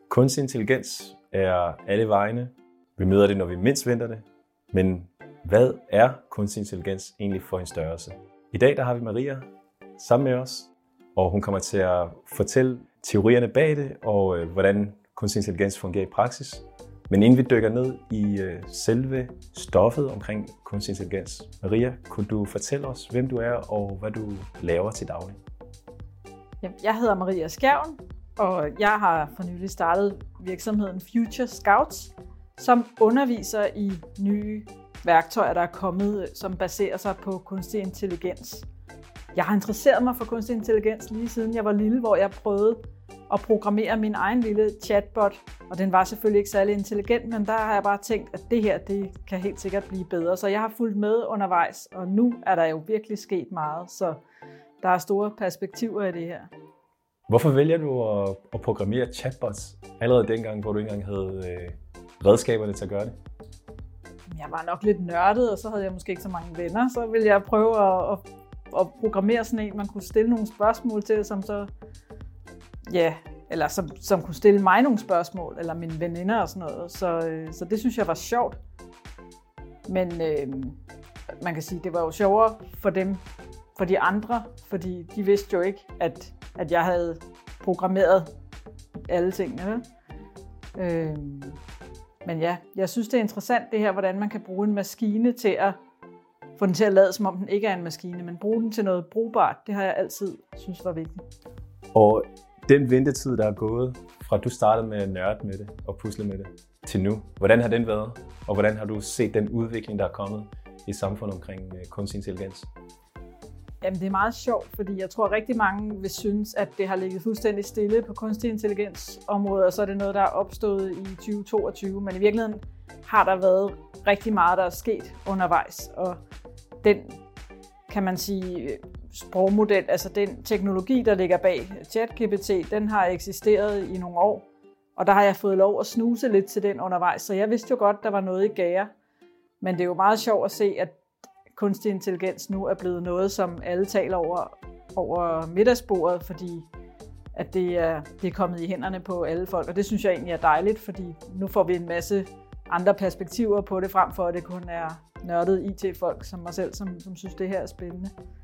Kunstig intelligens er alle vegne. Vi møder det, når vi mindst venter det. Men hvad er kunstig intelligens egentlig for en størrelse? I dag der har vi Maria sammen med os, og hun kommer til at fortælle teorierne bag det, og hvordan kunstig intelligens fungerer i praksis. Men inden vi dykker ned i selve stoffet omkring kunstig intelligens, Maria, kunne du fortælle os, hvem du er og hvad du laver til daglig? Jeg hedder Maria Skjern, og jeg har for nylig startet virksomheden Future Scouts, som underviser i nye værktøjer, der er kommet, som baserer sig på kunstig intelligens. Jeg har interesseret mig for kunstig intelligens lige siden jeg var lille, hvor jeg prøvede at programmere min egen lille chatbot, og den var selvfølgelig ikke særlig intelligent, men der har jeg bare tænkt, at det her, det kan helt sikkert blive bedre. Så jeg har fulgt med undervejs, og nu er der jo virkelig sket meget, så der er store perspektiver i det her. Hvorfor vælger du at programmere chatbots allerede dengang, hvor du ikke engang havde redskaberne til at gøre det? Jeg var nok lidt nørdet, og så havde jeg måske ikke så mange venner. Så ville jeg prøve at programmere sådan en, man kunne stille nogle spørgsmål til, som så, ja, eller som kunne stille mig nogle spørgsmål, eller mine veninder og sådan noget. Så det synes jeg var sjovt. Men man kan sige, det var jo sjovere for dem, for de andre, fordi de vidste jo ikke, at jeg havde programmeret alle tingene. Men ja, jeg synes, det er interessant det her, hvordan man kan bruge en maskine til at få den til at lade, som om den ikke er en maskine, men bruge den til noget brugbart. Det har jeg altid synes var vigtigt. Og den ventetid, der er gået, fra du startede med at nørde med det og pusle med det, til nu, hvordan har den været? Og hvordan har du set den udvikling, der er kommet i samfundet omkring kunstig intelligens? Jamen, det er meget sjovt, fordi jeg tror, at rigtig mange vil synes, at det har ligget fuldstændig stille på kunstig intelligensområdet, og så er det noget, der er opstået i 2022. Men i virkeligheden har der været rigtig meget, der er sket undervejs. Og den, kan man sige, sprogmodel, altså den teknologi, der ligger bag ChatGPT, den har eksisteret i nogle år. Og der har jeg fået lov at snuse lidt til den undervejs. Så jeg vidste jo godt, der var noget i gære. Men det er jo meget sjovt at se, at kunstig intelligens nu er blevet noget, som alle taler over middagsbordet, fordi at det er kommet i hænderne på alle folk. Og det synes jeg egentlig er dejligt, fordi nu får vi en masse andre perspektiver på det, frem for at det kun er nørdede IT-folk som mig selv, som synes, det her er spændende.